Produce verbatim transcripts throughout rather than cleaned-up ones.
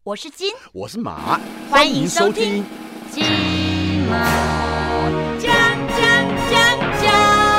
我是金， 我是马， 欢迎收听金马讲讲讲讲。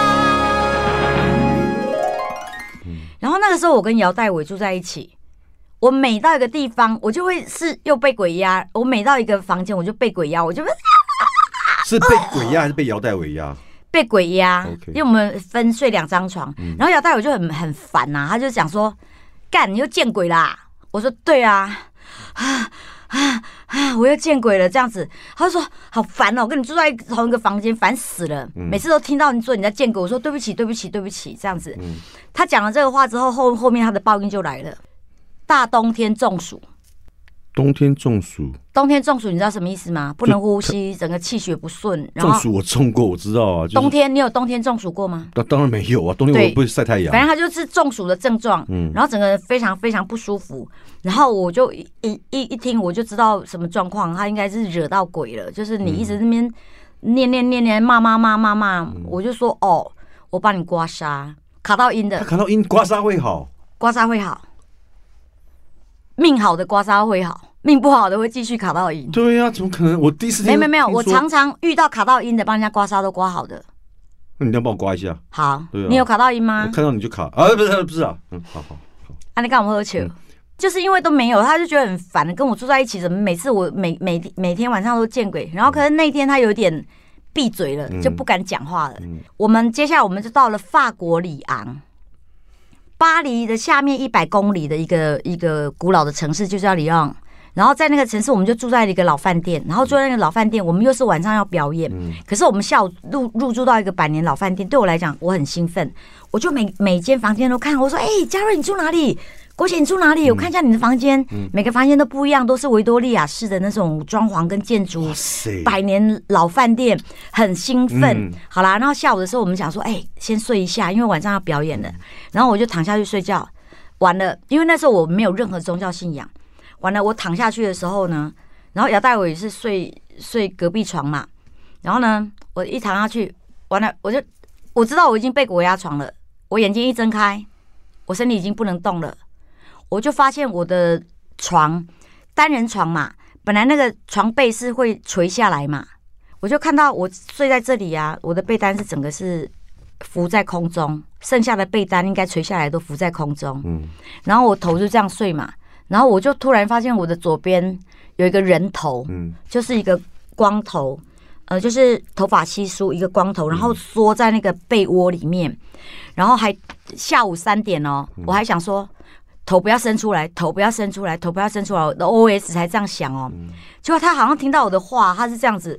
然后那个时候我跟姚代伟住在一起，我每到一个地方，我就会是又被鬼压。我每到一个房间，我就被鬼压，我就。 是被鬼压还是被姚代伟压？ 被鬼压， okay. 因为我们分睡两张床，嗯、然后姚代伟就很很烦呐、啊，他就讲说：“干，你又见鬼啦！”我说：“对啊，啊啊啊，我又见鬼了。”这样子，他就说：“好烦哦，我跟你住在同一个房间，烦死了。嗯、每次都听到你说你在见鬼，我说对不起，对不起，对不起，这样子。嗯”他讲了这个话之后，后后面他的报应就来了，大冬天中暑。 冬天中暑， 冬天中暑，你知道什么意思吗？不能呼吸，整个气血不顺。 中暑我中过，我知道啊。就是、 冬天你有冬天中暑过吗？ 当然没有啊，冬天我不会晒太阳。 反正他就是中暑的症状，嗯，然后整个人非常非常不舒服。然后我就一一一听我就知道什么状况，他应该是惹到鬼了。就是你一直那边念念念念骂骂骂骂骂，嗯、我就说哦，我帮你刮痧，卡到阴的， 他卡到阴，刮痧会好， 刮痧会好。命好的刮痧会好，命不好的会继续卡到阴。 对呀、啊，怎么可能？我第一次听没没没有，我常常遇到卡到阴的，帮人家刮痧都刮好的。 那你要帮我刮一下？ 好，对、啊，你有卡到阴吗？ 我看到你就卡啊，不是不是啊，嗯，好好好。 啊，你干嘛喝酒？嗯、就是因为都没有，他就觉得很烦，跟我住在一起，怎么每次我每每每天晚上都见鬼？然后可是那天他有点闭嘴了，嗯、就不敢讲话了。嗯、我们接下来我们就到了法国里昂。巴黎的下面一百公里的一个一个古老的城市就叫里昂，然后在那个城市我们就住在一个老饭店，然后住在那个老饭店，我们又是晚上要表演，嗯、可是我们下午入入住到一个百年老饭店，对我来讲我很兴奋，我就每每间房间都看，我说哎，嘉瑞你住哪里？国姐你住哪里？我看一下你的房间，嗯、每个房间都不一样，都是维多利亚式的那种装潢跟建筑，百年老饭店，很兴奋。嗯、好啦，然后下午的时候我们想说，哎、欸，先睡一下，因为晚上要表演了。然后我就躺下去睡觉。完了，因为那时候我没有任何宗教信仰。完了，我躺下去的时候呢，然后姚代伟是睡睡隔壁床嘛。然后呢，我一躺下去，完了，我就我知道我已经被鬼压床了。我眼睛一睁开，我身体已经不能动了。我就发现我的床，单人床嘛，本来那个床背是会垂下来嘛，我就看到我睡在这里啊，我的被单是整个是浮在空中，剩下的被单应该垂下来都浮在空中。嗯，然后我头就这样睡嘛，然后我就突然发现我的左边有一个人头，嗯，就是一个光头，呃，就是头发稀疏一个光头，然后缩在那个被窝里面，然后还下午三点哦，我还想说。头不要伸出来，头不要伸出来，头不要伸出来。我的 O S 才这样想哦，嗯、结果他好像听到我的话，他是这样子，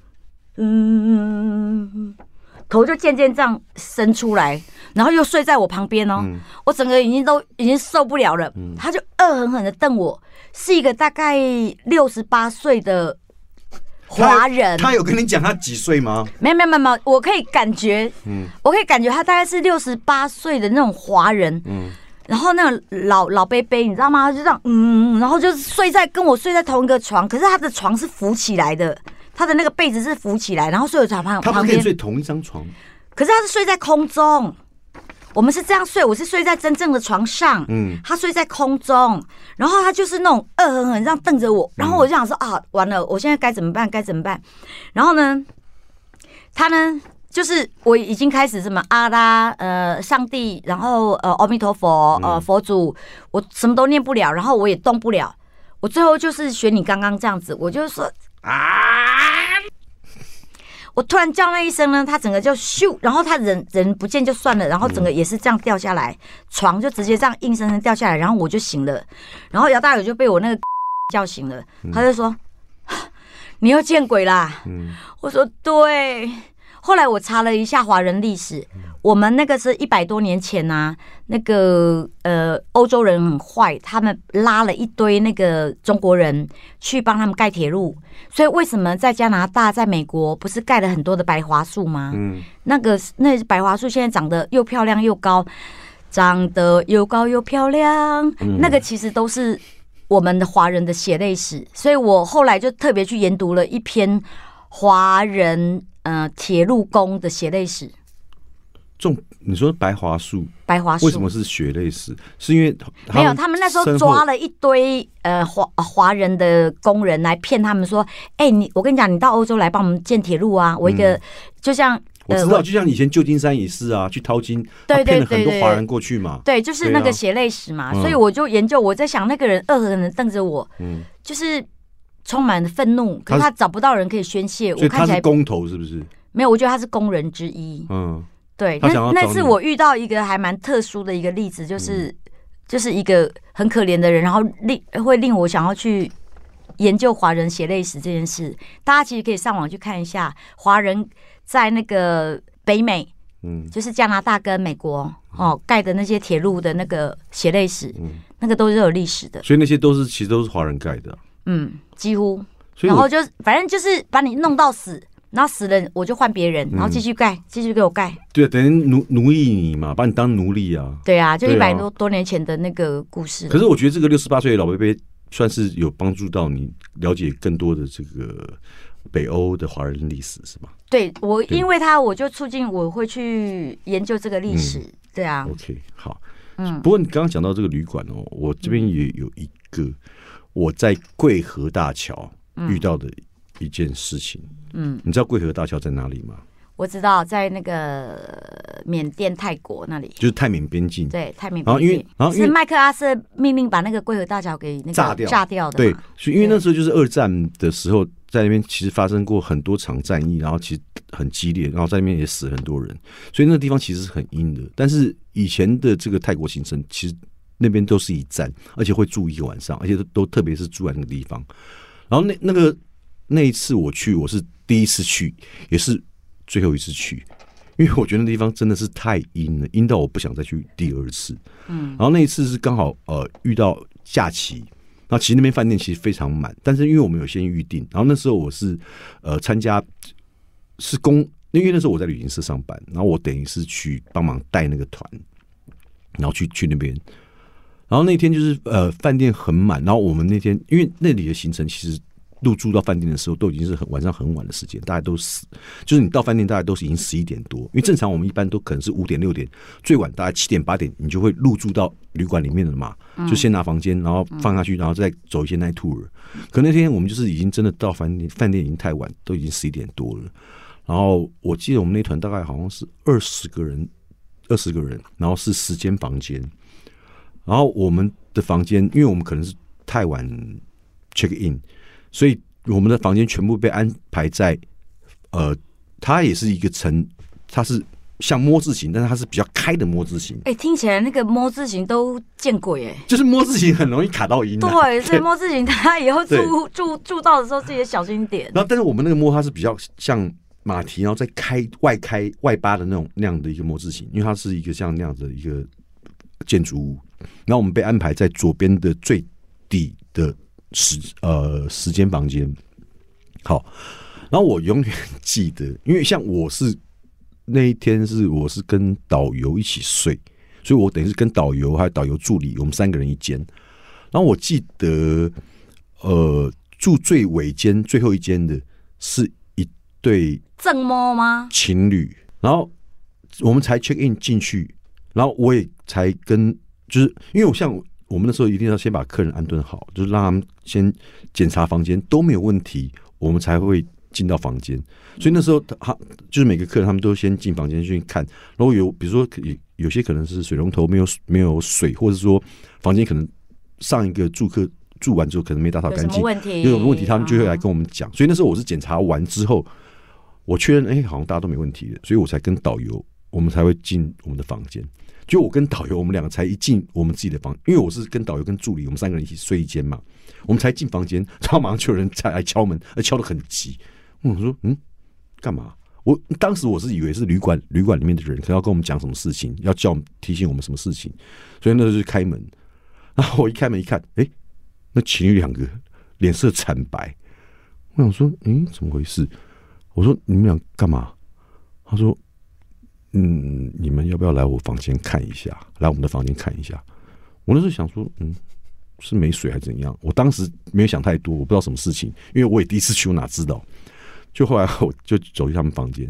嗯，头就渐渐这样伸出来，然后又睡在我旁边哦。嗯、我整个已经都已经受不了了，嗯、他就恶狠狠的瞪我，是一个大概六十八岁的华人他。他有跟你讲他几岁吗？ 没有没有没有，我可以感觉，嗯，我可以感觉他大概是六十八岁的那种华人，嗯。然后那个老老伯伯，你知道吗？他就这样，嗯，然后就是睡在跟我睡在同一个床，可是他的床是浮起来的，他的那个被子是浮起来，然后睡我床旁他不可以睡同一张床， 可是他是睡在空中，我们是这样睡，我是睡在真正的床上，嗯，他睡在空中，然后他就是那种恶狠狠这样瞪着我，然后我就想说啊，完了，我现在该怎么办？该怎么办？然后呢，他呢？就是我已经开始什么阿拉呃上帝，然后呃阿弥陀佛呃佛祖，我什么都念不了，然后我也动不了，我最后就是学你刚刚这样子，我就说啊，我突然叫那一声呢，他整个就咻，然后他人人不见就算了，然后整个也是这样掉下来，床就直接这样硬生生掉下来，然后我就醒了，然后姚大友就被我那个叫醒了，他就说你又见鬼啦，嗯、我说对。后来我查了一下华人历史，我们那个是一百多年前啊，那个呃欧洲人很坏，他们拉了一堆那个中国人去帮他们盖铁路，所以为什么在加拿大、在美国不是盖了很多的白桦树吗？嗯，那个那白桦树现在长得又漂亮又高，长得又高又漂亮，嗯、那个其实都是我们的华人的血泪史，所以我后来就特别去研读了一篇华人。呃，铁路工的血泪史， 种你说白桦树， 白桦树为什么是血泪史？是因为没有，他们那时候抓了一堆呃华华人的工人来骗他们说，哎、欸，你我跟你讲，你到欧洲来帮我们建铁路啊，我一个、嗯、就像。 我知道，就像以前旧金山也是啊，去淘金，他骗了很多华人过去嘛。 对，就是那个血泪史嘛、啊。所以我就研究，我在想那个人恶狠狠瞪着我，嗯，就是充满了愤怒，可是他找不到人可以宣泄。 所以他是工头是不是？ 没有，我觉得他是工人之一。嗯，对。那那次我遇到一个还蛮特殊的一个例子，就是、嗯、就是一个很可怜的人，然后令会令我想要去研究华人血泪史这件事。大家其实可以上网去看一下华人。在那个北美，嗯，就是加拿大跟美国哦盖的那些铁路的那个血泪史，嗯，那个都是有历史的， 所以那些都是其实都是华人盖的、啊， 嗯，几乎，然后就反正就是把你弄到死，然后死了我就换别人，然后继续盖，继、嗯、续给我盖， 对，等于奴奴役你嘛，把你当奴隶啊， 对啊，就一百多多年前的那个故事。 可是我觉得这个六十八岁的老贝贝算是有帮助到你了解更多的这个北欧的华人历史，是吗？ 对，我因为他，我就促进我会去研究这个历史、嗯。对啊 ，OK， 好。嗯，不过你刚刚讲到这个旅馆哦，我这边也有一个我在桂河大桥遇到的一件事情。嗯，你知道桂河大桥在哪里吗？ 我知道，在那个缅甸、泰国那里， 就是泰缅边境。 对，泰缅边境。 然后因为，然后是麦克阿瑟命令把那个桂河大桥给那个炸掉， 炸掉的。 对，所以因为那时候就是二战的时候，在那边其实发生过很多场战役，然后其实很激烈，然后在那边也死了很多人，所以那个地方其实是很阴的。但是以前的这个泰国行程，其实那边都是一站，而且会住一个晚上，而且都都特别是住在那个地方。然后那那个那一次我去，我是第一次去，也是最后一次去，因为我觉得那地方真的是太阴了，阴到我不想再去第二次。嗯，然后那一次是刚好呃遇到假期，然后其实那边饭店其实非常满，但是因为我们有先预定，然后那时候我是呃参加是公，因为那时候我在旅行社上班，然后我等于是去帮忙带那个团，然后去去那边，然后那天就是呃饭店很满，然后我们那天因为那里的行程其实。入住到饭店的时候，都已经是很晚上很晚的时间，大家都死，就是你到饭店大概都是已经十一点多，因为正常我们一般都可能是五点六点，最晚大概七点八点，你就会入住到旅馆里面了嘛，就先拿房间，然后放下去，然后再走一些 night tour。可那天我们就是已经真的到饭店，饭店已经太晚，都已经十一点多了。然后我记得我们那团大概好像是二十个人，二十个人，然后是十间房间，然后我们的房间，因为我们可能是太晚 check in。所以我们的房间全部被安排在，呃，它也是一个层，它是像摸字形，但是它是比较开的摸字形。 哎、欸，听起来那个摸字形都见鬼哎、欸！ 就是摸字形很容易卡到音、啊。 对，所以摸字形它以后住住住到的时候自己也小心一点。 然后，但是我们那个摸它是比较像马蹄，然后再开外开外八的那种那样的一个摸字形，因为它是一个像那样的一个建筑物。然后我们被安排在左边的最底的。十呃十间房间，好，然后我永远记得，因为像我是那一天是我是跟导游一起睡，所以我等于是跟导游还有导游助理，我们三个人一间。然后我记得，呃，住最尾间最后一间的是一对正摸吗？ 情侣，然后我们才 check in 进去，然后我也才跟，就是因为我像。我们那时候一定要先把客人安顿好，就是让他们先检查房间都没有问题，我们才会进到房间。所以那时候他就是每个客人他们都先进房间去看，然后有比如说有些可能是水龙头没有没有水，或者说房间可能上一个住客住完之后可能没打扫干净，有问题， 有问题他们就会来跟我们讲。所以那时候我是检查完之后，我确认哎、欸、好像大家都没问题的，所以我才跟导游我们才会进我们的房间。就我跟导游，我们两个才一进我们自己的房，因为我是跟导游跟助理，我们三个人一起睡一间嘛。我们才进房间，然后马上就有人才来敲门，而敲得很急。我说：“嗯，干嘛？”我当时我是以为是旅馆旅馆里面的人，可能要跟我们讲什么事情，要叫我们提醒我们什么事情，所以那时候就开门。然后我一开门一看，哎、欸，那情侣两个脸色惨白。我想说：“嗯，怎么回事？”我说：“你们俩干嘛？”他说。嗯，你们要不要来我房间看一下？来我们的房间看一下。我那时候想说，嗯，是没水还是怎样？我当时没有想太多，我不知道什么事情，因为我也第一次去，我哪知道？就后来我就走进他们房间，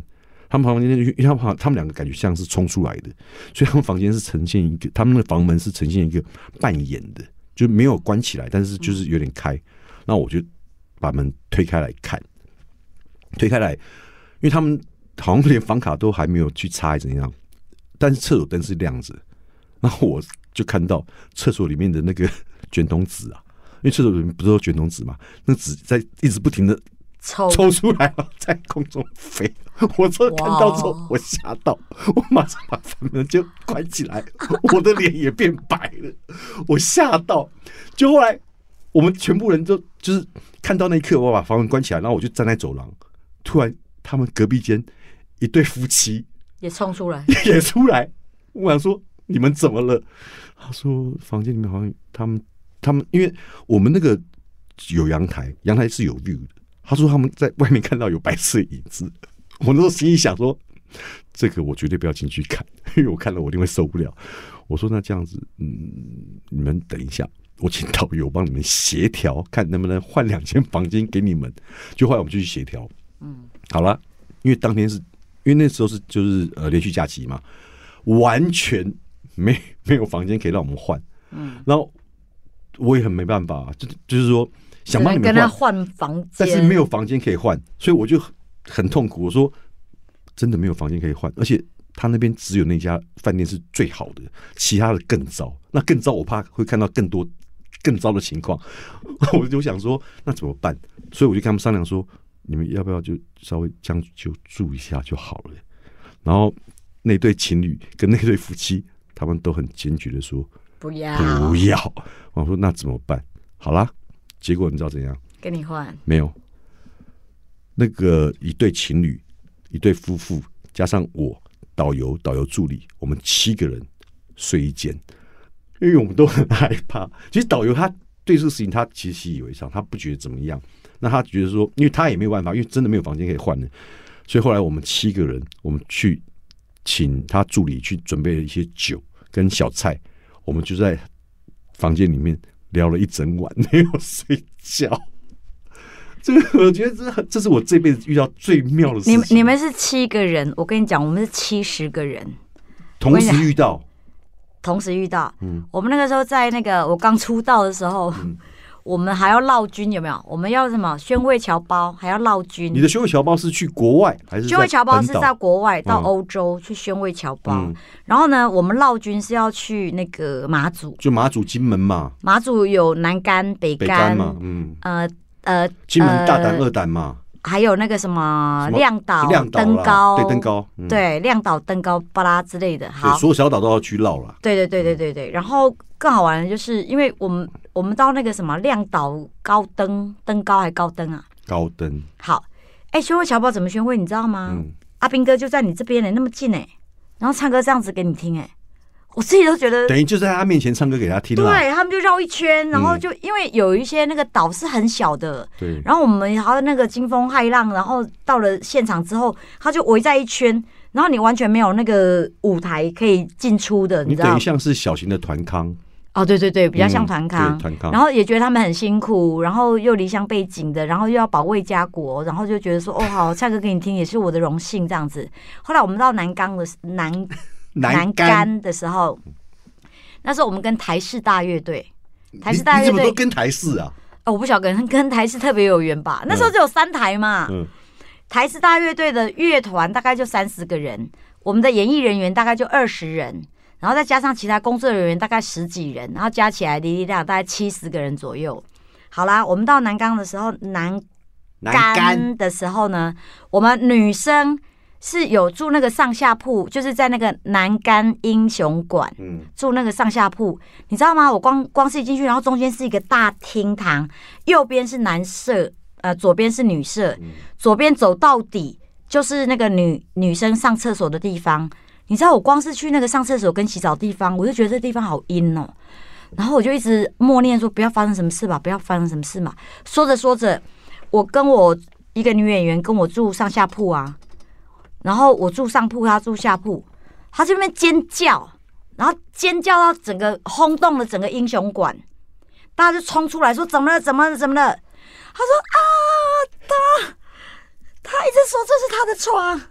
他们房间，因为他们他们两个感觉像是冲出来的，所以他们房间是呈现一个，他们的房门是呈现一个半掩的，就没有关起来，但是就是有点开。那我就把门推开来看，推开来，因为他们好像连房卡都还没有去插，怎样？但是厕所灯是亮着，然后我就看到厕所里面的那个卷筒纸啊，因为厕所里面不是有卷筒纸嘛，那纸在一直不停的。抽抽出来了，在空中飞。我这看到之后，我吓到，我马上把房门就关起来，我的脸也变白了，我吓到。就后来我们全部人都就是看到那一刻，我把房门关起来，然后我就站在走廊，突然他们隔壁间一对夫妻也冲出来， 也出来。我想说你们怎么了？他说房间里面好像他们他们，因为我们那个有阳台，阳台是有 view 的。他说他们在外面看到有白色影子，我那时候心里想说，这个我绝对不要进去看，因为我看了我一定会受不了。我说那这样子，嗯，你们等一下，我请导游帮你们协调，看能不能换两间房间给你们。就后来我们就去协调，嗯，好了，因为当天是因为那时候是就是呃连续假期嘛，完全没没有房间可以让我们换，嗯，然后我也很没办法，就就是说。想帮你们跟他换房间， 但是没有房间可以换，所以我就很痛苦。我说真的没有房间可以换，而且他那边只有那家饭店是最好的，其他的更糟。那更糟，我怕会看到更多更糟的情况。我就想说那怎么办？所以我就跟他们商量说，你们要不要就稍微将就住一下就好了。然后那对情侣跟那对夫妻，他们都很坚决的说不要不要。我说那怎么办？好啦。结果你知道怎样？ 跟你换没有？那个一对情侣、一对夫妇，加上我导游、导游助理，我们七个人睡一间，因为我们都很害怕。其实导游他对这个事情他其实习以为常，他不觉得怎么样。那他觉得说，因为他也没有办法，因为真的没有房间可以换的，所以后来我们七个人，我们去请他助理去准备了一些酒跟小菜，我们就在房间里面。聊了一整晚没有睡觉，这个我觉得这这是我这辈子遇到最妙的事情。 你你们是七个人，我跟你讲，我们是七十个人， 同时遇到， 同时遇到。嗯，我们那个时候在那个我刚出道的时候，嗯、我们还要绕军，有没有？我们要什么宣慰侨胞，还要绕军。 你的宣慰侨胞是去国外还是宣慰侨胞是在国外到欧洲、嗯、去宣慰侨胞、嗯？然后呢，我们绕军是要去那个马祖， 就马祖金门嘛。 马祖有南竿、北竿嘛，嗯， 呃呃， 金门大胆、二胆嘛。 还有那个什么亮岛、登高， 对登高， 嗯、对亮岛、登高、巴拉之类的。好， 所有小岛都要去绕了。 对对对对对对。然后更好玩的就是，因为我们我们到那个什么亮岛高登登高还高登啊？ 高登。 好，哎、欸，宣慰侨胞怎么宣慰？你知道吗？嗯、阿兵哥就在你这边呢、欸，那么近哎、欸，然后唱歌这样子给你听哎、欸。我自己都觉得， 等于就在他面前唱歌给他听。 对，他们就绕一圈，然后就、嗯、因为有一些那个岛是很小的， 对。 然后我们还有那个惊风骇浪，然后到了现场之后，他就围在一圈，然后你完全没有那个舞台可以进出的，你知道？ 你等于像是小型的团康。 哦，对对对，比较像团康， 团康。 然后也觉得他们很辛苦，然后又离乡背景的，然后又要保卫家国，然后就觉得说，哦，好，唱歌给你听也是我的荣幸这样子。后来我们到南竿的南南竿的时候。那时候我们跟台视大乐队，台视大乐队你怎么都跟台视啊？ 哦，我不晓得跟跟台视特别有缘吧。那时候只有三台嘛，嗯、台视大乐队的乐团大概就三十个人，我们的演艺人员大概就二十人，然后再加上其他工作人员大概十几人，然后加起来哩哩啦大概七十个人左右。好啦，我们到南竿的时候，南竿的时候呢，我们女生。是有住那个上下铺，就是在那个南竿英雄馆、嗯、住那个上下铺，你知道吗？我光光是一进去，然后中间是一个大厅堂，右边是男舍，呃，左边是女舍，嗯、左边走到底就是那个女女生上厕所的地方。你知道，我光是去那个上厕所跟洗澡的地方，我就觉得这地方好阴哦。然后我就一直默念说：“不要发生什么事吧，不要发生什么事嘛。”说着说着，我跟我一个女演员跟我住上下铺啊。然后我住上铺，他住下铺，他这边尖叫，然后尖叫到整个轰动了整个英雄馆，大家就冲出来说怎么了怎么了怎么了？他说啊，他他一直说这是他的床，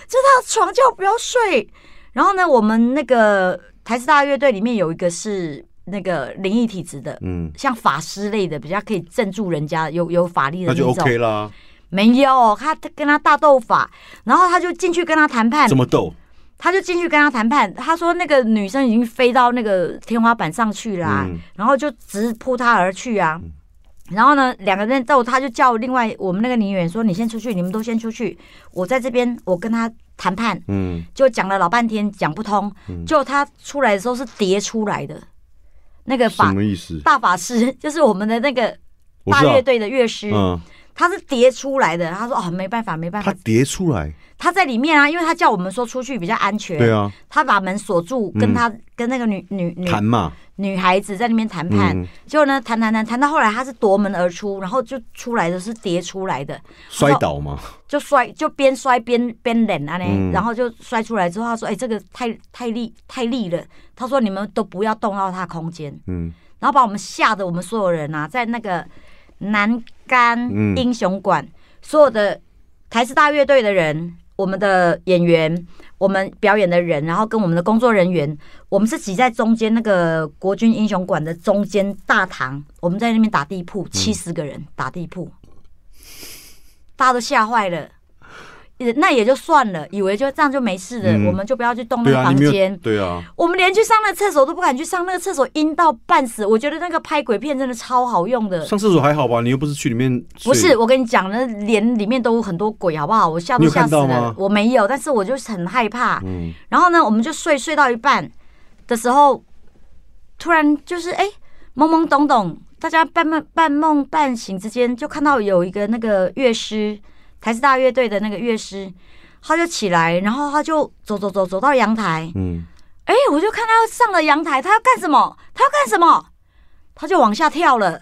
就他的床叫我不要睡。然后呢，我们那个台师大乐队里面有一个是那个灵异体质的，嗯，像法师类的，比较可以镇住人家，有有法力的那种， 那就 OK 啦。 没有，他跟他大斗法，然后他就进去跟他谈判。 怎么斗？ 他就进去跟他谈判，他说那个女生已经飞到那个天花板上去啦、啊嗯，然后就直扑他而去啊。嗯、然后呢，两个人斗，他就叫另外我们那个女演员说：“你先出去，你们都先出去，我在这边，我跟他谈判。”嗯，就讲了老半天，讲不通。嗯，就他出来的时候是叠出来的，那个法什么意思？ 大法师就是我们的那个大乐队的乐师。嗯。他是叠出来的，他说哦，没办法，没办法。 他叠出来， 他在里面啊，因为他叫我们说出去比较安全。 对啊， 他把门锁住，跟他、嗯、跟那个女女女谈嘛， 女孩子在那边谈判。嗯、结果呢，谈谈谈谈到后来，他是夺门而出，然后就出来的是叠出来的， 摔倒吗？ 就摔，就边摔边边冷啊呢、嗯，然后就摔出来之后，他说：“哎、欸，这个太太利太利了。”他说：“你们都不要动到他空间。”嗯，然后把我们吓得我们所有人啊，在那个南竿英雄馆、嗯，所有的台师大乐队的人，我们的演员，我们表演的人，然后跟我们的工作人员，我们是挤在中间那个国军英雄馆的中间大堂，我们在那边打地铺，七十个人打地铺，大家都吓坏了。那也就算了，以为就这样就没事了、嗯，我们就不要去动那个房间。 对啊， 我们连去上那个厕所都不敢去上，那个厕所阴到半死。我觉得那个拍鬼片真的超好用的。 上厕所还好吧？你又不是去里面。 不是，我跟你讲，那连里面都有很多鬼，好不好？我吓都吓死了。我没有，但是我就是很害怕。嗯。然后呢，我们就睡睡到一半的时候，突然就是哎、欸、懵懵懂懂，大家半梦半梦半醒之间，就看到有一个那个乐师。台师大乐队的那个乐师，他就起来，然后他就走走走走到阳台，嗯，哎、欸，我就看他上了阳台，他要干什么？他要干什么？他就往下跳了。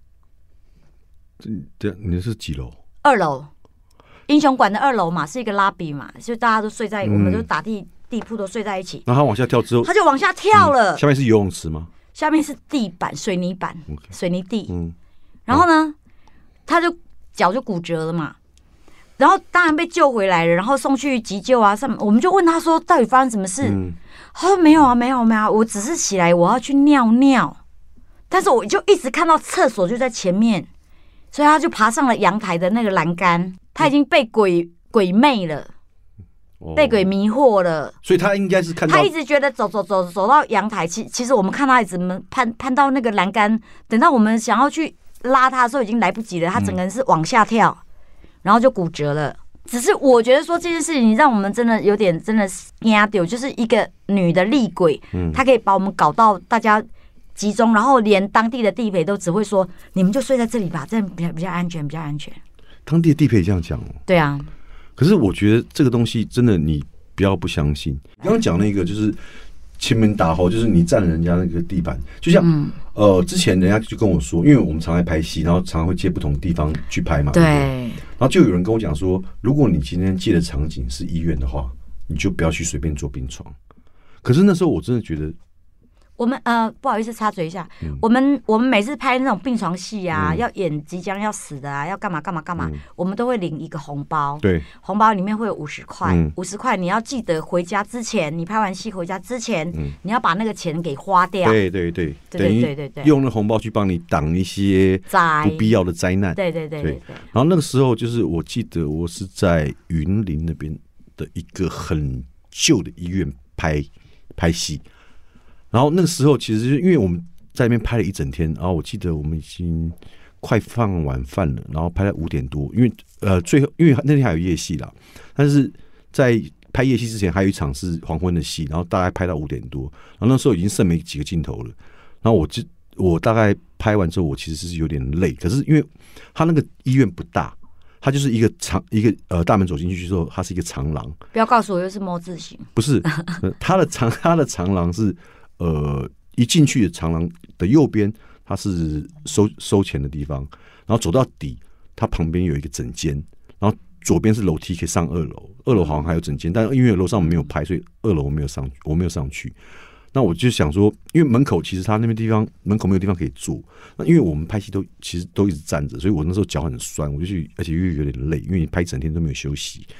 这你是几楼？ 二楼，英雄馆的二楼嘛，是一个拉比嘛，就大家都睡在，嗯、我们就打地地铺都睡在一起。 然后他往下跳之后， 他就往下跳了。 嗯、下面是游泳池吗？ 下面是地板，水泥板， okay. 水泥地。嗯，然后呢，他就脚就骨折了嘛。然后当然被救回来了，然后送去急救啊。上我们就问他说，到底发生什么事？嗯、他说没有啊，没有没有，我只是起来我要去尿尿，但是我就一直看到厕所就在前面，所以他就爬上了阳台的那个栏杆。他已经被鬼鬼魅了，哦、被鬼迷惑了， 所以他应该是看到他一直觉得走走走走到阳台，其其实我们看他一直攀攀到那个栏杆，等到我们想要去拉他的时候已经来不及了，他整个人是往下跳。嗯，然后就骨折了。只是我觉得说这件事情让我们真的有点真的压丢，就是一个女的厉鬼，嗯，她可以把我们搞到大家集中，然后连当地的地陪都只会说你们就睡在这里吧，这样比较比较安全，比较安全。 当地的地陪这样讲哦。 对啊。 可是我觉得这个东西真的你不要不相信。刚刚讲那个就是前门打吼，就是你占了人家那个地板，就像、嗯、呃之前人家就跟我说，因为我们常来拍戏，然后常常会借不同的地方去拍嘛。 对。 然后就有人跟我讲说，如果你今天借的场景是医院的话，你就不要去随便做病床。可是那时候我真的觉得， 我们呃不好意思插嘴一下，嗯、我们我们每次拍那种病床戏啊，嗯、要演即将要死的啊，要干嘛干嘛干嘛、嗯，我们都会领一个红包。 对， 红包里面会有五十块，五十块你要记得回家之前，你拍完戏回家之前，嗯、你要把那个钱给花掉。 对对对， 对对对对对， 用那红包去帮你挡一些不必要的灾难。 对对对 对, 对, 对。 然后那个时候就是我记得我是在云林那边的一个很旧的医院拍拍戏。然后那个时候，其实因为我们在那边拍了一整天，然后我记得我们已经快放晚饭了，然后拍到五点多，因为呃最后因为那天还有夜戏啦，但是在拍夜戏之前还有一场是黄昏的戏，然后大概拍到五点多，然后那时候已经剩没几个镜头了，然后我就我大概拍完之后，我其实是有点累，可是因为他那个医院不大。它就是一个长一个呃大门走进去之后，它是一个长廊。不要告诉我又是摸字形。 不是，它的长它的长廊是呃一进去的长廊的右边，它是收收钱的地方，然后走到底，它旁边有一个诊间，然后左边是楼梯可以上二楼，二楼好像还有诊间，但因为楼上我们没有拍，所以二楼我没有上，我没有上去。那我就想说，因为门口其实他那边地方门口没有地方可以坐，那因为我们拍戏都其实都一直站着，所以我那时候脚很酸，我就去，而且又有点累，因为拍整天都没有休息，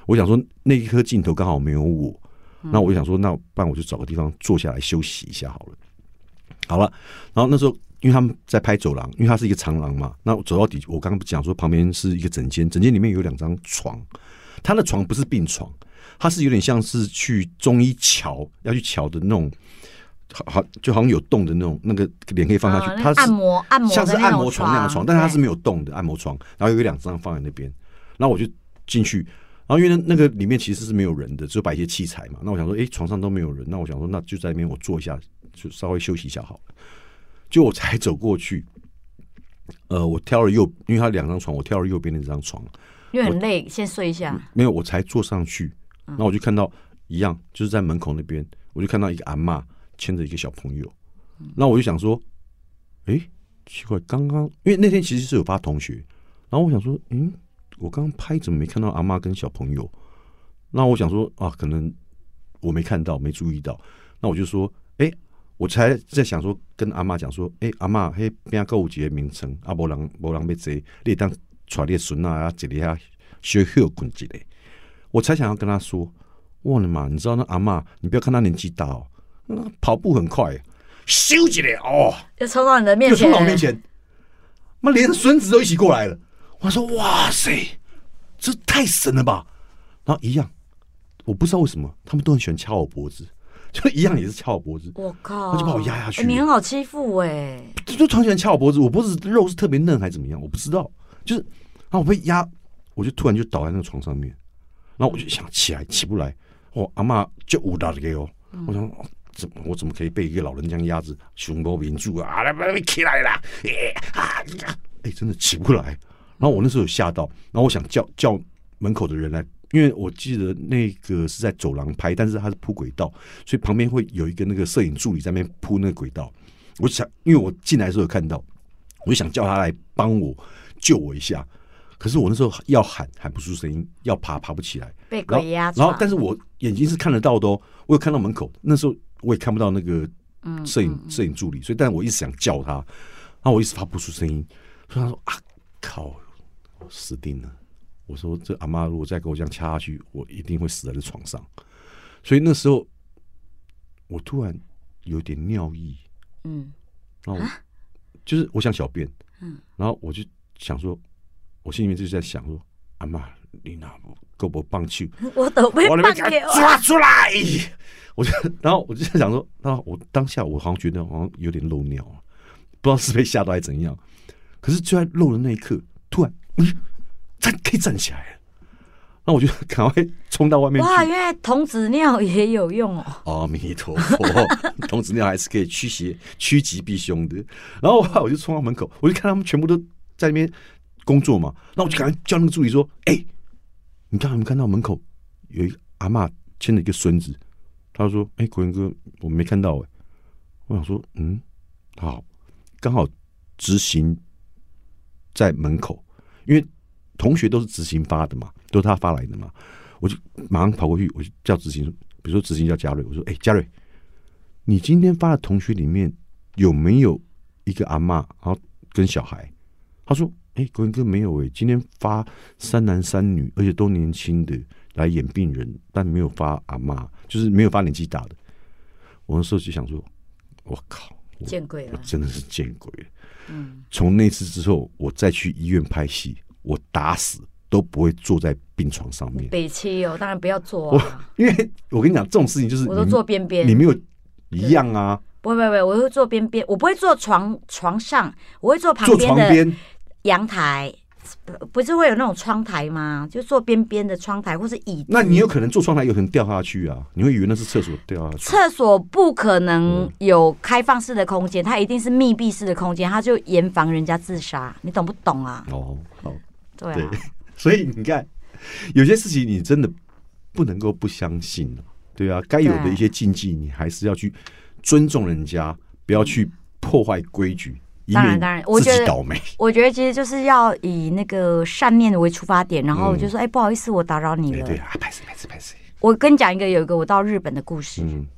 我想说那一颗镜头刚好没有我，那我就想说，那不然我就找个地方坐下来休息一下好了。好了，然后那时候因为他们在拍走廊，因为它是一个长廊嘛，那走到底，我刚刚讲说旁边是一个诊间，诊间里面有两张床，他的床不是病床，它是有点像是去中医瞧要去瞧的那种。好，就好像有洞的那种，那个脸可以放下去。它、 嗯、按摩按摩像是按摩床那样的床，但是它是没有洞的按摩床。然后有两张放在那边，然后我就进去。然后因为那个里面其实是没有人的，只有摆一些器材嘛。那我想说，哎、欸，床上都没有人，那我想说，那就在那边我坐一下，就稍微休息一下好了。就我才走过去，呃，我挑了右，因为它两张床，我挑了右边那张床， 因为很累，先睡一下。 没有，我才坐上去，然后我就看到一样，就是在门口那边，我就看到一个阿嬷牵着一个小朋友，那我就想说，哎、欸，奇怪，刚刚因为那天其实是有发同学，然后我想说，嗯，我刚刚拍怎么没看到阿嬷跟小朋友？那我想说啊，可能我没看到，没注意到。那我就说，哎、欸，我才在想说，跟阿嬷讲说，哎、欸，阿嬷，嘿，边购物节名称，啊，无人无人要坐，你当带你的孙啊，一个遐小休困一个。我才想要跟他说，哇，你妈，你知道那阿嬷，你不要看他年纪大哦。跑步很快，咻一下哦， 就冲到你的面前， 就冲到我面前，妈连孙子都一起过来了。我说哇塞，这太神了吧！然后一样，我不知道为什么他们都很喜欢掐我脖子，就一样也是掐我脖子。 我靠， 他就把我压下去、欸。 你很好欺负哎、欸， 就超喜欢掐我脖子，我脖子肉是特别嫩还是怎么样？我不知道，就是然后我被压，我就突然就倒在那个床上面，然后我就想起来，起不来。我阿嬷就舞蹈给我，嗯、我想。怎么我怎么可以被一个老人这样压着，胸部屏住啊？来，起来啦！哎、欸，真的起不来。然后我那时候有吓到，然后我想叫叫门口的人来，因为我记得那个是在走廊拍，但是它是铺轨道，所以旁边会有一个那个摄影助理在那边铺那个轨道。我想，因为我进来的时候有看到，我就想叫他来帮我救我一下。可是我那时候要喊喊不出声音，要爬爬不起来， 被鬼压住。然后，但是我眼睛是看得到的哦，我有看到门口。那时候我也看不到那个摄影摄、嗯嗯、影助理，所以但我一直想叫他，然后我一直发不出声音。所以他说啊，靠，死定了！我说这阿嬷如果再给我这样掐下去，我一定会死在这床上。所以那时候我突然有点尿意，嗯，然后我、啊、就是我想小便，嗯，然后我就想说。我心里面就在想说，阿嬷，你哪够不棒球？ 我都被棒球抓出来！我就，然后我就在想说，然后我当下我好像觉得好像有点漏尿，不知道是被吓到还是怎样。可是就在漏的那一刻，突然，嗯，站可以站起来了。那我就赶快冲到外面去。 哇，原来童子尿也有用哦！ 阿弥陀佛，童子尿还是可以驱邪、趋吉避凶的。然后我就冲到门口，我就看他们全部都在那边。工作嘛，那我就赶快叫那个助理说：“哎、欸，你刚才有没有看到门口有一个阿嬷牵着一个孙子？”他说：“哎、欸，国元哥，我没看到哎、欸。”我想说：“嗯，好，刚好执行在门口，因为同学都是执行发的嘛，都是他发来的嘛。”我就马上跑过去，我就叫执行，比如说执行叫嘉瑞，我说：“哎、欸，嘉瑞，你今天发的同学里面有没有一个阿嬷，然后跟小孩？”他说。哎、欸，国元哥没有哎、欸，今天发三男三女，而且都年轻的来演病人，但没有发阿嬷，就是没有发年纪大的。我那时候就想说，我靠， 见鬼了， 我真的是见鬼了。嗯，从那次之后，我再去医院拍戏，我打死都不会坐在病床上面。 北七哦，当然不要坐啊， 因为我跟你讲，这种事情就是我都坐边边， 你没有一样啊。 不会不会，我会坐边边，我不会坐床床上，我会坐旁边的。 坐床边。 阳台不是会有那种窗台吗？就坐边边的窗台或是椅子。 那你有可能坐窗台，有可能掉下去啊！你会以为那是厕所掉下去。 厕所不可能有开放式的空间，它一定是密闭式的空间，它就严防人家自杀。你懂不懂啊？ 哦，好， 对啊。 对，所以你看，有些事情你真的不能够不相信，对啊，该有的一些禁忌，你还是要去尊重人家，不要去破坏规矩。 当然，当然，我觉得，我觉得其实就是要以那个善念为出发点，然后就说，哎、嗯欸，不好意思，我打扰你了。 对, 对啊，拍死拍死拍死。 我跟你讲一个，有一个我到日本的故事。嗯，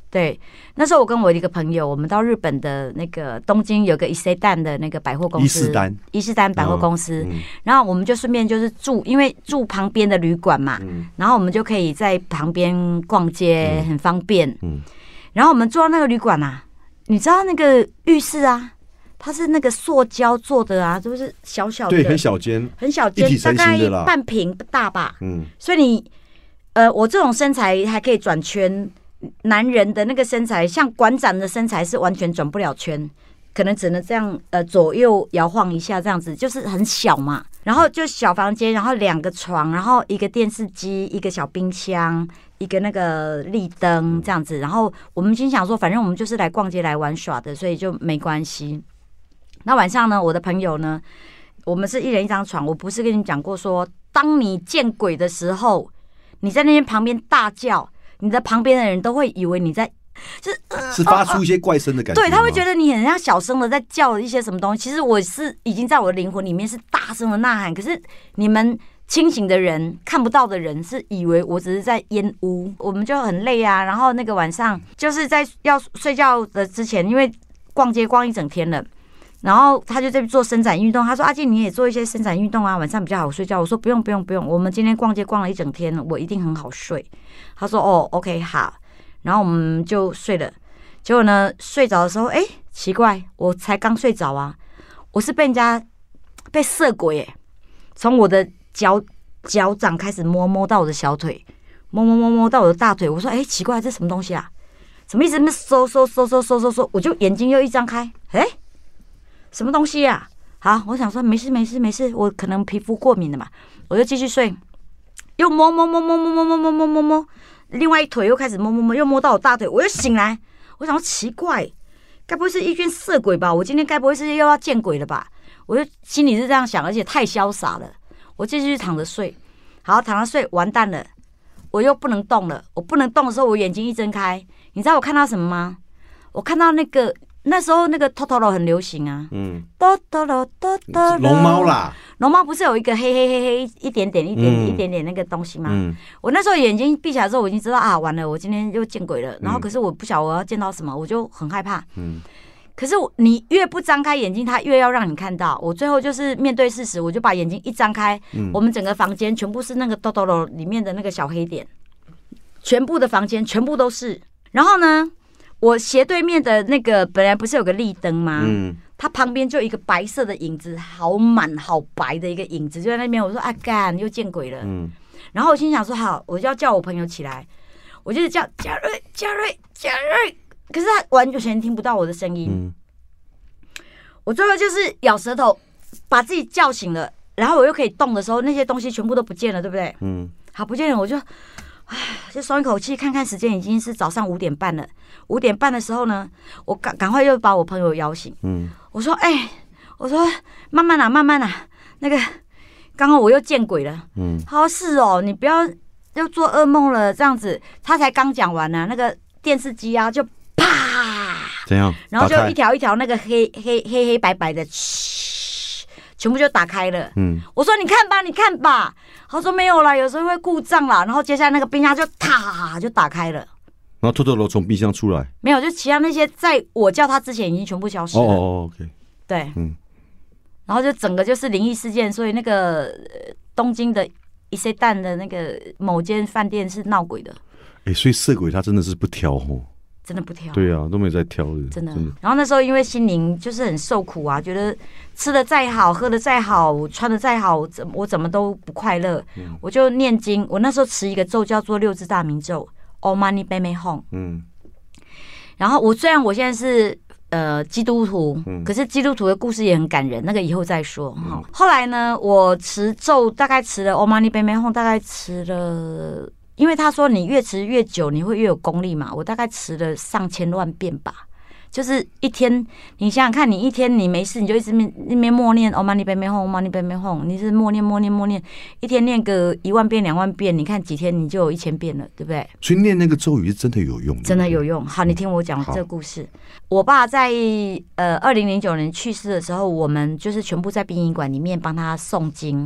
对，那时候我跟我一个朋友，我们到日本的那个东京有个伊势丹的那个百货公司，伊势丹伊势丹百货公司、嗯，然后我们就顺便就是住，因为住旁边的旅馆嘛、嗯，然后我们就可以在旁边逛街，很方便。嗯，然后我们住到那个旅馆啊，你知道那个浴室啊，它是那个塑胶做的啊，就是小小的， 对，很小间， 很小间，大概半坪大吧。嗯，所以你呃，我这种身材还可以转圈。男人的那个身材，像馆长的身材是完全转不了圈，可能只能这样呃左右摇晃一下，这样子就是很小嘛。然后就小房间，然后两个床，然后一个电视机，一个小冰箱，一个那个立灯这样子。然后我们心想说，反正我们就是来逛街来玩耍的，所以就没关系。那晚上呢，我的朋友呢，我们是一人一张床。我不是跟你讲过说，当你见鬼的时候，你在那边旁边大叫。你的旁边的人都会以为你在，就是、呃、 是发出一些怪声的感觉， 对，他会觉得你很像小声的在叫一些什么东西。其实我是已经在我的灵魂里面是大声的呐喊，可是你们清醒的人看不到的人是以为我只是在烟雾。我们就很累啊，然后那个晚上就是在要睡觉的之前，因为逛街逛一整天了。然后他就在做伸展运动，他说：“阿静，你也做一些伸展运动啊，晚上比较好睡觉。”我说：“不用，不用，不用，我们今天逛街逛了一整天，我一定很好睡。”他说：“哦 ，OK， 好。”然后我们就睡了。结果呢，睡着的时候，哎，奇怪，我才刚睡着啊，我是被人家被色鬼哎，从我的脚脚掌开始摸摸到我的小腿，摸摸摸摸到我的大腿。我说：“哎，奇怪，这什么东西啊？怎么一直那么收收收收收收收？”我就眼睛又一张开，哎。什么东西呀、啊？好，我想说没事没事没事，我可能皮肤过敏了嘛，我就继续睡，又摸摸摸摸摸摸摸摸摸摸摸，另外一腿又开始摸摸摸，又摸到我大腿，我又醒来，我想说奇怪，该不会是一群色鬼吧？我今天该不会是又要见鬼了吧？我就心里是这样想，而且太潇洒了，我继续躺着睡，好，躺着睡，完蛋了，我又不能动了，我不能动的时候，我眼睛一睁开，你知道我看到什么吗？我看到那个。那时候那个 Totoro 很流行啊，嗯 ，Totoro Totoro 龙猫啦， 龙猫不是有一个黑黑黑黑一点点一点、嗯、一点点那个东西吗？嗯，我那时候眼睛闭起来之后，我已经知道啊，完了，我今天又见鬼了。然后可是我不晓得我要见到什么，我就很害怕。嗯，可是你越不张开眼睛，它越要让你看到。我最后就是面对事实，我就把眼睛一张开，嗯、我们整个房间全部是那个 Totoro 里面的那个小黑点，全部的房间全部都是。然后呢？我斜对面的那个本来不是有个立灯吗？嗯，它旁边就有一个白色的影子，好满好白的一个影子就在那边。我说啊干，又见鬼了。嗯，然后我心想说好，我就要叫我朋友起来，我就是叫嘉瑞嘉瑞嘉瑞，可是他完全听不到我的声音。嗯，我最后就是咬舌头把自己叫醒了，然后我又可以动的时候，那些东西全部都不见了，对不对？嗯，好不见了，我就。唉，就松一口气，看看时间已经是早上五点半了。五点半的时候呢，我赶赶快又把我朋友摇醒。嗯，我说，哎、欸，我说慢慢啦，慢慢啦，那个刚刚我又见鬼了。嗯，他说是哦，你不要又做噩梦了，这样子。他才刚讲完呢、啊，那个电视机啊就啪， 怎样？ 然后就一条一条那个黑黑黑黑白白的，嘘，全部就打开了。嗯，我说你看吧，你看吧。他说没有啦，有时候会故障啦。然后接下来那个冰箱就啪就打开了， 然后托托罗从冰箱出来， 没有，就其他那些在我叫他之前已经全部消失了。 哦哦 ，OK， 对，嗯，然后就整个就是灵异事件，所以那个东京的伊势丹的那个某间饭店是闹鬼的。 哎、欸，所以色鬼他真的是不挑哦。 真的不挑， 对啊，都没有在挑的， 真的。真的然后那时候因为心灵就是很受苦啊，觉得吃的再好，喝的再好，穿的再好，我怎么都不快乐。嗯、我就念经，我那时候持一个咒叫做六字大明咒 ，Om Mani Padme Hum。嗯。然后我虽然我现在是呃基督徒、嗯，可是基督徒的故事也很感人，那个以后再说哈、嗯。后来呢，我持咒大概持了 Om Mani Padme Hum， 大概持了。因为他说你越持越久，你会越有功力嘛。我大概持了上千万遍吧，就是一天，你想想看，你一天你没事，你就一直一边默念 Om Mani Padme Hum， Om Mani Padme Hum， 你是默念默念默念，一天念个一万遍两万遍，你看几天你就有一千遍了，对不对？ 所以念那个咒语是真的有用的， 真的有用。好，你听我讲这个故事。我爸在呃二零零九年去世的时候，我们就是全部在殡仪馆里面帮他诵经。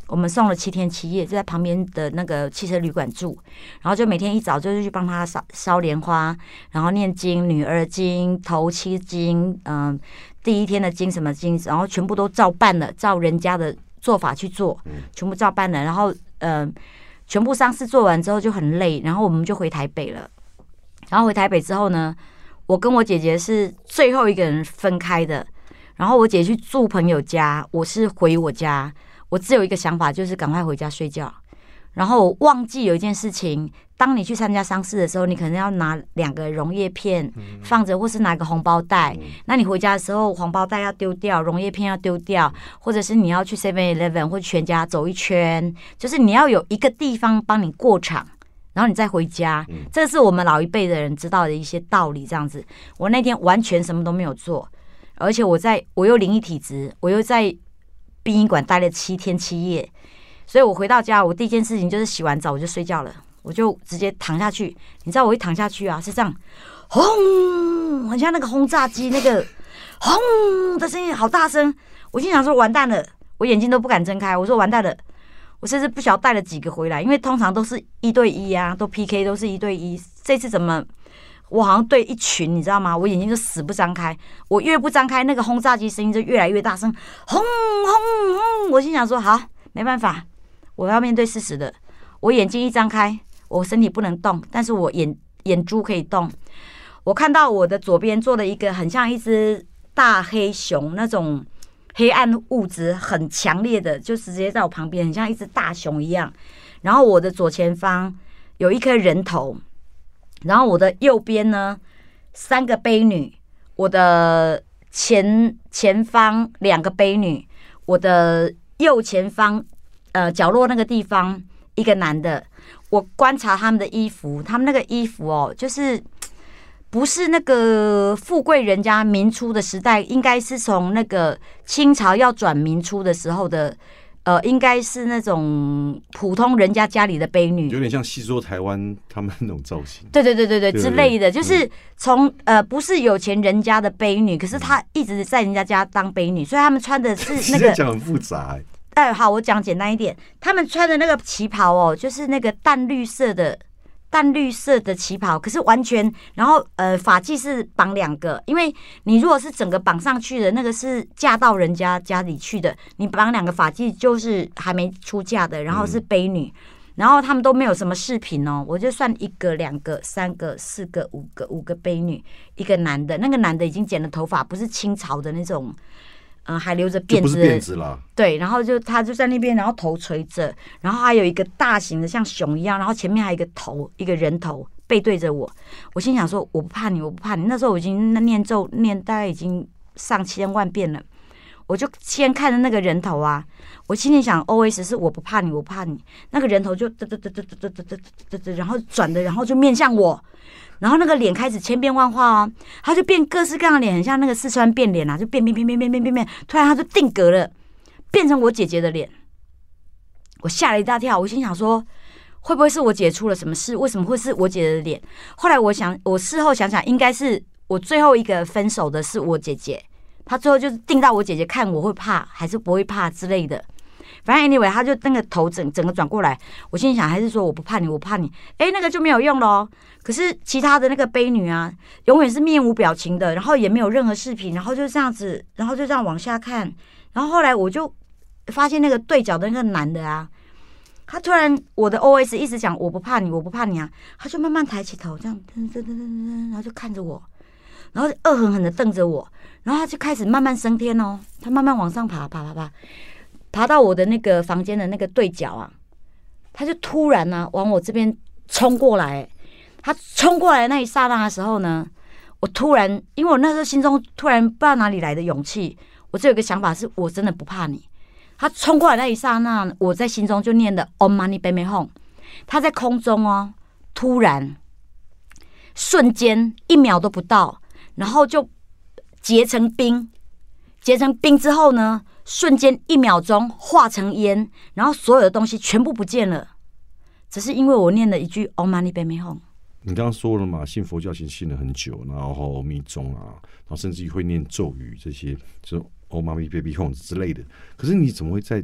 我们送了七天七夜，就在旁边的那个汽车旅馆住，然后就每天一早就是去帮他烧烧莲花，然后念经、女儿经、头七经，嗯、呃，第一天的经什么经，然后全部都照办了，照人家的做法去做，全部照办了，然后呃，全部丧事做完之后就很累，然后我们就回台北了。然后回台北之后呢，我跟我姐姐是最后一个人分开的，然后我姐去住朋友家，我是回我家。我只有一个想法，就是赶快回家睡觉。然后我忘记有一件事情，当你去参加丧事的时候，你可能要拿两个溶液片放着，或是拿个红包袋。那你回家的时候，红包袋要丢掉，溶液片要丢掉，或者是你要去 seven eleven 或全家走一圈，就是你要有一个地方帮你过场，然后你再回家。这是我们老一辈的人知道的一些道理。这样子，我那天完全什么都没有做，而且我在我又灵异体质，我又在殡仪馆待了七天七夜，所以我回到家，我第一件事情就是洗完澡我就睡觉了，我就直接躺下去。你知道我一躺下去啊，是这样，轰，很像那个轰炸机那个轰的声音，好大声。我心想说完蛋了，我眼睛都不敢睁开。我说完蛋了，我甚至不晓得带了几个回来，因为通常都是一对一啊，都 P K 都是一对一，这次怎么？我好像对一群，你知道吗？我眼睛就死不张开，我越不张开，那个轰炸机声音就越来越大声，轰轰轰！我心想说，好，没办法，我要面对事实的。我眼睛一张开，我身体不能动，但是我眼眼珠可以动。我看到我的左边坐了一个很像一只大黑熊那种黑暗物质很强烈的，就直接在我旁边，很像一只大熊一样。然后我的左前方有一颗人头。然后我的右边呢，三个悲女；我的前前方两个悲女；我的右前方，呃，角落那个地方一个男的。我观察他们的衣服，他们那个衣服哦，就是不是那个富贵人家民初的时代，应该是从那个清朝要转民初的时候的。呃，应该是那种普通人家家里的悲女， 有点像戏说台湾他们那种造型。 对对对对对，之类的，就是从呃不是有钱人家的悲女，可是她一直在人家家当悲女，所以他们穿的是那个讲很复杂、欸。 哎，好，我讲简单一点，他们穿的那个旗袍哦，就是那个淡绿色的。淡绿色的旗袍，可是完全，然后呃，发髻是绑两个，因为你如果是整个绑上去的那个是嫁到人家家里去的，你绑两个发髻就是还没出嫁的，然后是悲女，嗯、然后他们都没有什么饰品哦，我就算一个、两个、三个、四个、五个，五个悲女，一个男的，那个男的已经剪了头发，不是清朝的那种。嗯，还留着辫子， 不是辫子啦。 对，然后就他就在那边，然后头垂着，然后还有一个大型的像熊一样，然后前面还有一个头，一个人头背对着我。我心想说，我不怕你，我不怕你。那时候我已经念咒念大概已经上千万遍了，我就先看着那个人头啊，我心里想 O S 是我不怕你，我不怕你。那个人头就嘚嘚嘚嘚嘚嘚嘚嘚嘚，然后转的，然后就面向我。然后那个脸开始千变万化哦，他就变各式各样的脸，很像那个四川变脸啊，就变变变变变变变变，突然他就定格了，变成我姐姐的脸。我吓了一大跳，我心想说，会不会是我姐出了什么事？为什么会是我姐的脸？后来我想，我事后想想，应该是我最后一个分手的是我姐姐，她最后就是定到我姐姐看我会怕还是不会怕之类的。反正 anyway， 他就那个头整整个转过来，我心里想还是说我不怕你，我怕你，哎，那个就没有用咯。可是其他的那个悲女啊，永远是面无表情的，然后也没有任何视频，然后就这样子，然后就这样往下看。然后后来我就发现那个对角的那个男的啊，他突然我的 O S 一直讲我不怕你，我不怕你啊，他就慢慢抬起头，这样噔噔噔噔噔，然后就看着我，然后恶狠狠的瞪着我，然后他就开始慢慢升天哦，他慢慢往上爬，爬爬爬。爬到我的那个房间的那个对角啊，他就突然呢、啊、往我这边冲过来。他冲过来的那一刹那的时候呢，我突然，因为我那时候心中突然不知道哪里来的勇气，我只有一个想法是我真的不怕你。他冲过来那一刹那，我在心中就念的 Om Mani Padme Hum。他在空中哦，突然瞬间一秒都不到，然后就结成冰，结成冰之后呢？瞬间一秒钟化成烟，然后所有的东西全部不见了，只是因为我念了一句 Om Mani Padme Hum。 你刚刚说了嘛，信佛教其实信了很久，然后密宗啊，然后甚至于会念咒语这些，就 Om Mani Padme Hum 之类的。可是你怎么会在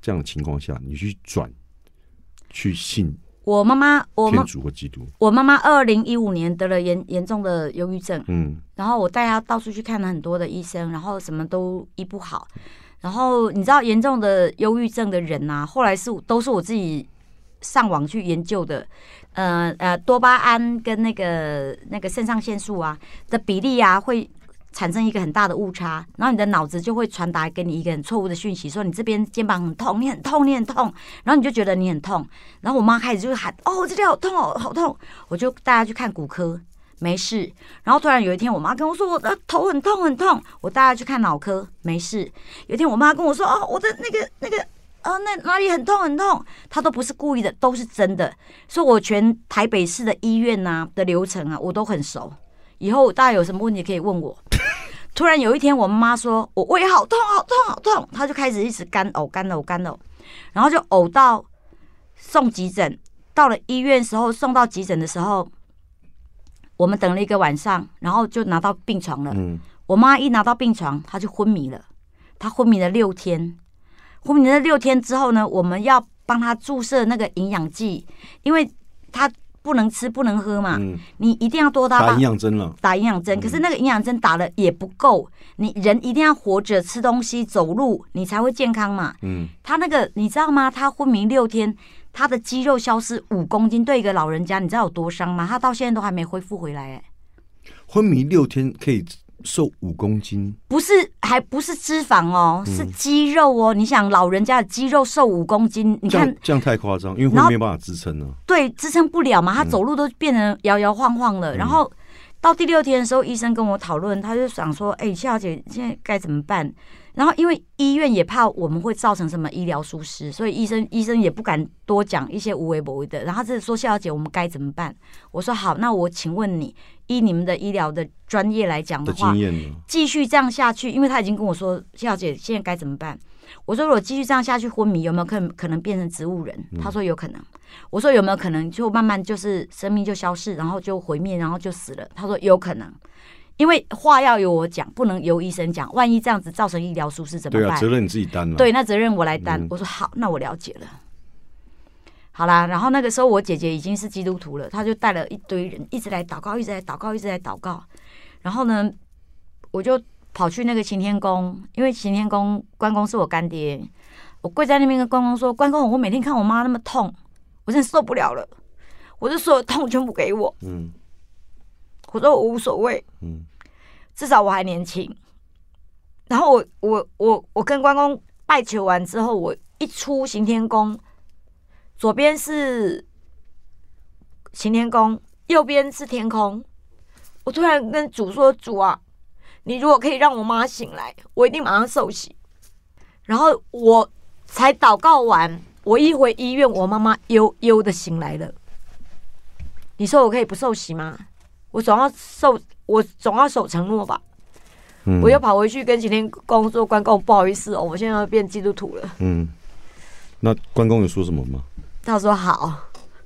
这样的情况下，你去转去信我妈妈，我天主或基督？ 我妈妈二零一五年得了严严重的忧郁症， 嗯， 然后我带她到处去看了很多的医生，然后什么都医不好。然后你知道严重的忧郁症的人啊，后来是都是我自己上网去研究的，呃呃，多巴胺跟那个那个肾上腺素啊的比例啊，会产生一个很大的误差，然后你的脑子就会传达给你一个很错误的讯息，说你这边肩膀很痛，你很痛，你很痛，然后你就觉得你很痛，然后我妈开始就喊哦，这里好痛哦，好痛，我就带她去看骨科。没事，然后突然有一天，我妈跟我说我的头很痛很痛，我带她去看脑科，没事。有一天我妈跟我说哦，我的那个那个呃那哪里很痛很痛，她都不是故意的，都是真的。所以我全台北市的医院啊的流程啊，我都很熟。以后大家有什么问题可以问我。突然有一天，我妈妈说我胃好痛好痛好痛，她就开始一直干呕干呕干呕，然后就呕到送急诊。到了医院时候，送到急诊的时候。我们等了一个晚上，然后就拿到病床了。嗯、我妈一拿到病床，她就昏迷了。她昏迷了六天，昏迷了六天之后呢，我们要帮她注射那个营养剂，因为她不能吃不能喝嘛。嗯、你一定要多打打营养针了， 打营养针。可是那个营养针打了也不够，你人一定要活着吃东西走路，你才会健康嘛。嗯，她那个你知道吗？她昏迷六天。他的肌肉消失五公斤，对一个老人家，你知道有多伤吗？他到现在都还没恢复回来、欸。 昏迷六天可以瘦五公斤， 不是，还不是脂肪哦，嗯、是肌肉哦。你想，老人家的肌肉瘦五公斤，你看这样, 这样太夸张，因为会没有办法支撑呢、啊。 对，支撑不了嘛，他走路都变成摇摇晃晃了。嗯、然后到第六天的时候，医生跟我讨论，他就想说：“哎、欸，谢小姐，现在该怎么办？”然后因为医院也怕我们会造成什么医疗疏失，所以医生医生也不敢多讲一些无为不为的。然后他就说：“谢小姐，我们该怎么办？”我说：“好，那我请问你，依你们的医疗的专业来讲的话，继续这样下去，因为他已经跟我说，谢小姐现在该怎么办？”我说：“如果继续这样下去昏迷，有没有可能可能变成植物人？”他说：“有可能。”我说：“有没有可能就慢慢就是生命就消逝，然后就毁灭，然后就死了？”他说：“有可能。”因为话要由我讲，不能由医生讲。万一这样子造成医疗疏失怎么办？ 对啊，责任你自己担了。 对，那责任我来担。嗯、我说好，那我了解了。好啦，然后那个时候我姐姐已经是基督徒了，她就带了一堆人一直来祷告，一直来祷告，一直来祷告。然后呢，我就跑去那个擎天宫，因为擎天宫关公是我干爹，我跪在那边跟关公说：“关公，我每天看我妈那么痛，我真的受不了了，我就所有痛全部给我。”嗯。我说我无所谓，嗯，至少我还年轻。然后我我我我跟关公拜求完之后，我一出行天宫，左边是行天宫，右边是天空。我突然跟主说：“主啊，你如果可以让我妈醒来，我一定马上受洗。”然后我才祷告完，我一回医院，我妈妈悠悠的醒来了。你说我可以不受洗吗？我总要受，我总要守承诺吧。嗯、我又跑回去跟擎天公说：“关公，不好意思哦，我现在要变基督徒了。”嗯， 那关公有说什么吗？ 他说好。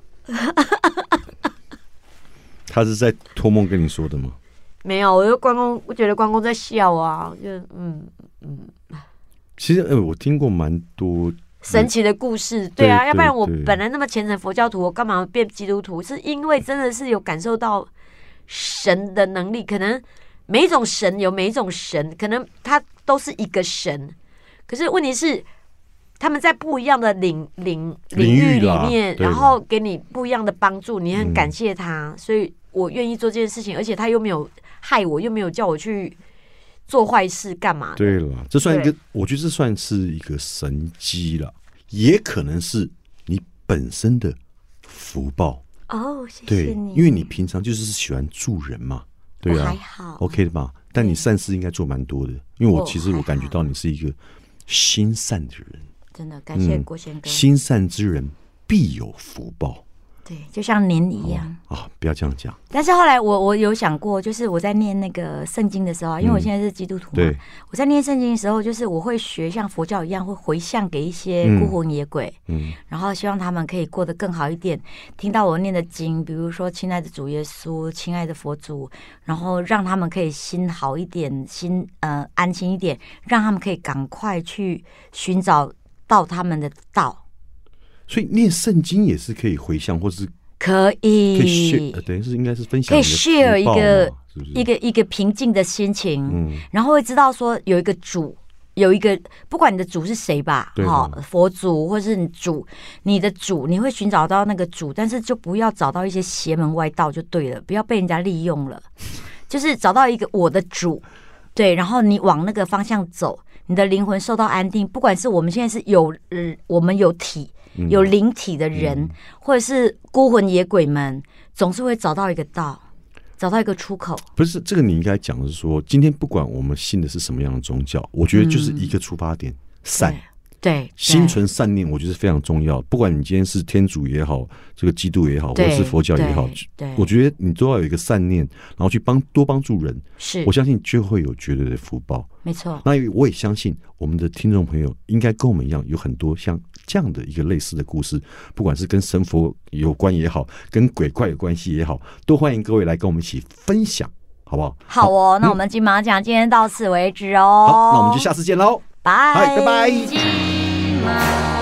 他是在托梦跟你说的吗？ 没有，我就关公，我觉得关公在笑啊，就嗯嗯。 其实，呃，我听过蛮多神奇的故事，对啊，对对对，要不然我本来那么虔诚佛教徒，我干嘛变基督徒？是因为真的是有感受到神的能力，可能每一种神有每一种神，可能他都是一个神，可是问题是他们在不一样的领领领域里面，然后给你不一样的帮助，你很感谢他，嗯、所以我愿意做这件事情，而且他又没有害我，又没有叫我去做坏事干嘛的？ 对了，这算一个，我觉得这算是一个神机了，也可能是你本身的福报。 哦，谢谢你。 对，因为你平常就是喜欢助人嘛，对啊， 还好 ，OK 的吧？但你善事应该做蛮多的，因为我其实我感觉到你是一个心善的人。 真的，感谢郭先哥。 嗯、心善之人必有福报。 对，就像您一样啊、哦哦！不要这样讲。 但是后来我我有想过，就是我在念那个圣经的时候，因为我现在是基督徒嘛， 对， 我在念圣经的时候，就是我会学像佛教一样，会回向给一些孤魂野鬼，嗯，然后希望他们可以过得更好一点。听到我念的经，比如说“亲爱的主耶稣”、“亲爱的佛祖”，然后让他们可以心好一点，心呃安心一点，让他们可以赶快去寻找到他们的道。 所以念圣经也是可以回向，或是可以， 可以 share，、呃、等于是应该是分享， 可以 share 一个是不是一个一个平静的心情， 嗯， 然后会知道说有一个主，有一个不管你的主是谁吧，哈、哦，佛祖或是你主，你的主，你会寻找到那个主，但是就不要找到一些邪门歪道就对了，不要被人家利用了，就是找到一个我的主，对，然后你往那个方向走，你的灵魂受到安定。不管是我们现在是有，呃、我们有体。有灵体的人、嗯，或者是孤魂野鬼们，总是会找到一个道，找到一个出口。 不是这个，你应该讲的是说，今天不管我们信的是什么样的宗教，我觉得就是一个出发点，嗯、善。 对， 心存善念，我觉得是非常重要。不管你今天是天主也好，这个基督也好，或者是佛教也好，我觉得你都要有一个善念，然后去帮多帮助人。 是， 我相信就会有绝对的福报。 没错。 那我也相信我们的听众朋友应该跟我们一样，有很多像这样的一个类似的故事，不管是跟神佛有关也好，跟鬼怪有关系也好，都欢迎各位来跟我们一起分享，好不好？ 好哦，好，那我们金马奖今天到此为止哦。 好，那我们就下次见喽。 拜拜拜。